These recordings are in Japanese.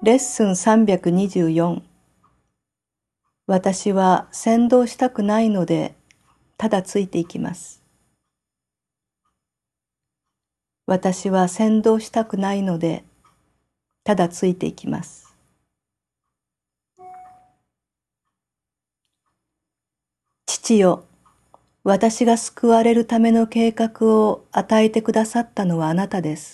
レッスン324。私は先導したくないので、ただついていきます。私は先導したくないので、ただついていきます。父よ、私が救われるための計画を与えてくださったのはあなたです。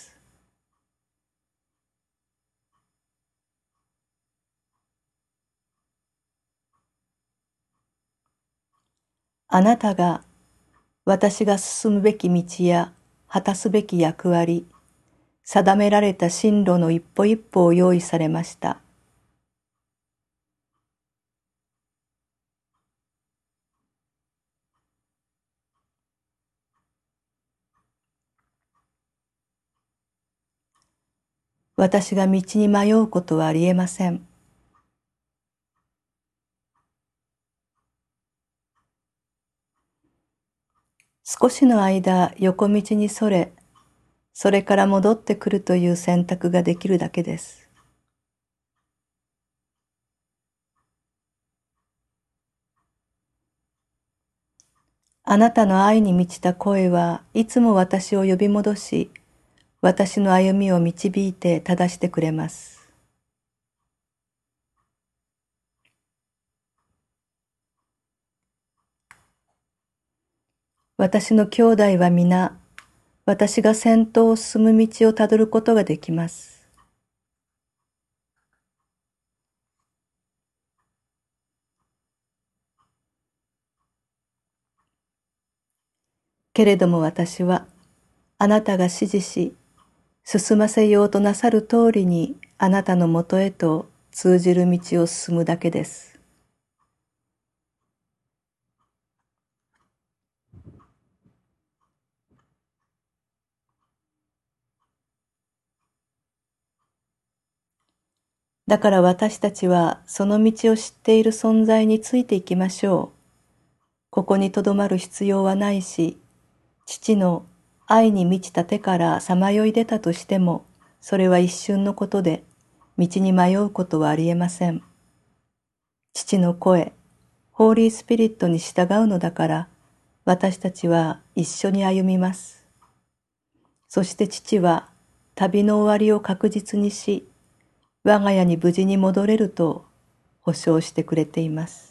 あなたが私が進むべき道や果たすべき役割、定められた進路の一歩一歩を用意されました。私が道に迷うことはありえません。少しの間横道にそれ、それから戻ってくるという選択ができるだけです。あなたの愛に満ちた声はいつも私を呼び戻し、私の歩みを導いて正してくれます。私の兄弟は皆、私が先頭を進む道をたどることができます。けれども私は、あなたが指示し、進ませようとなさる通りにあなたのもとへと通じる道を進むだけです。だから私たちはその道を知っている存在についていきましょう。ここにとどまる必要はないし、父の愛に満ちた手からさまよい出たとしても、それは一瞬のことで、道に迷うことはありえません。父の声、ホーリースピリットに従うのだから、私たちは一緒に歩みます。そして父は旅の終わりを確実にし、我が家に無事に戻れると保証してくれています。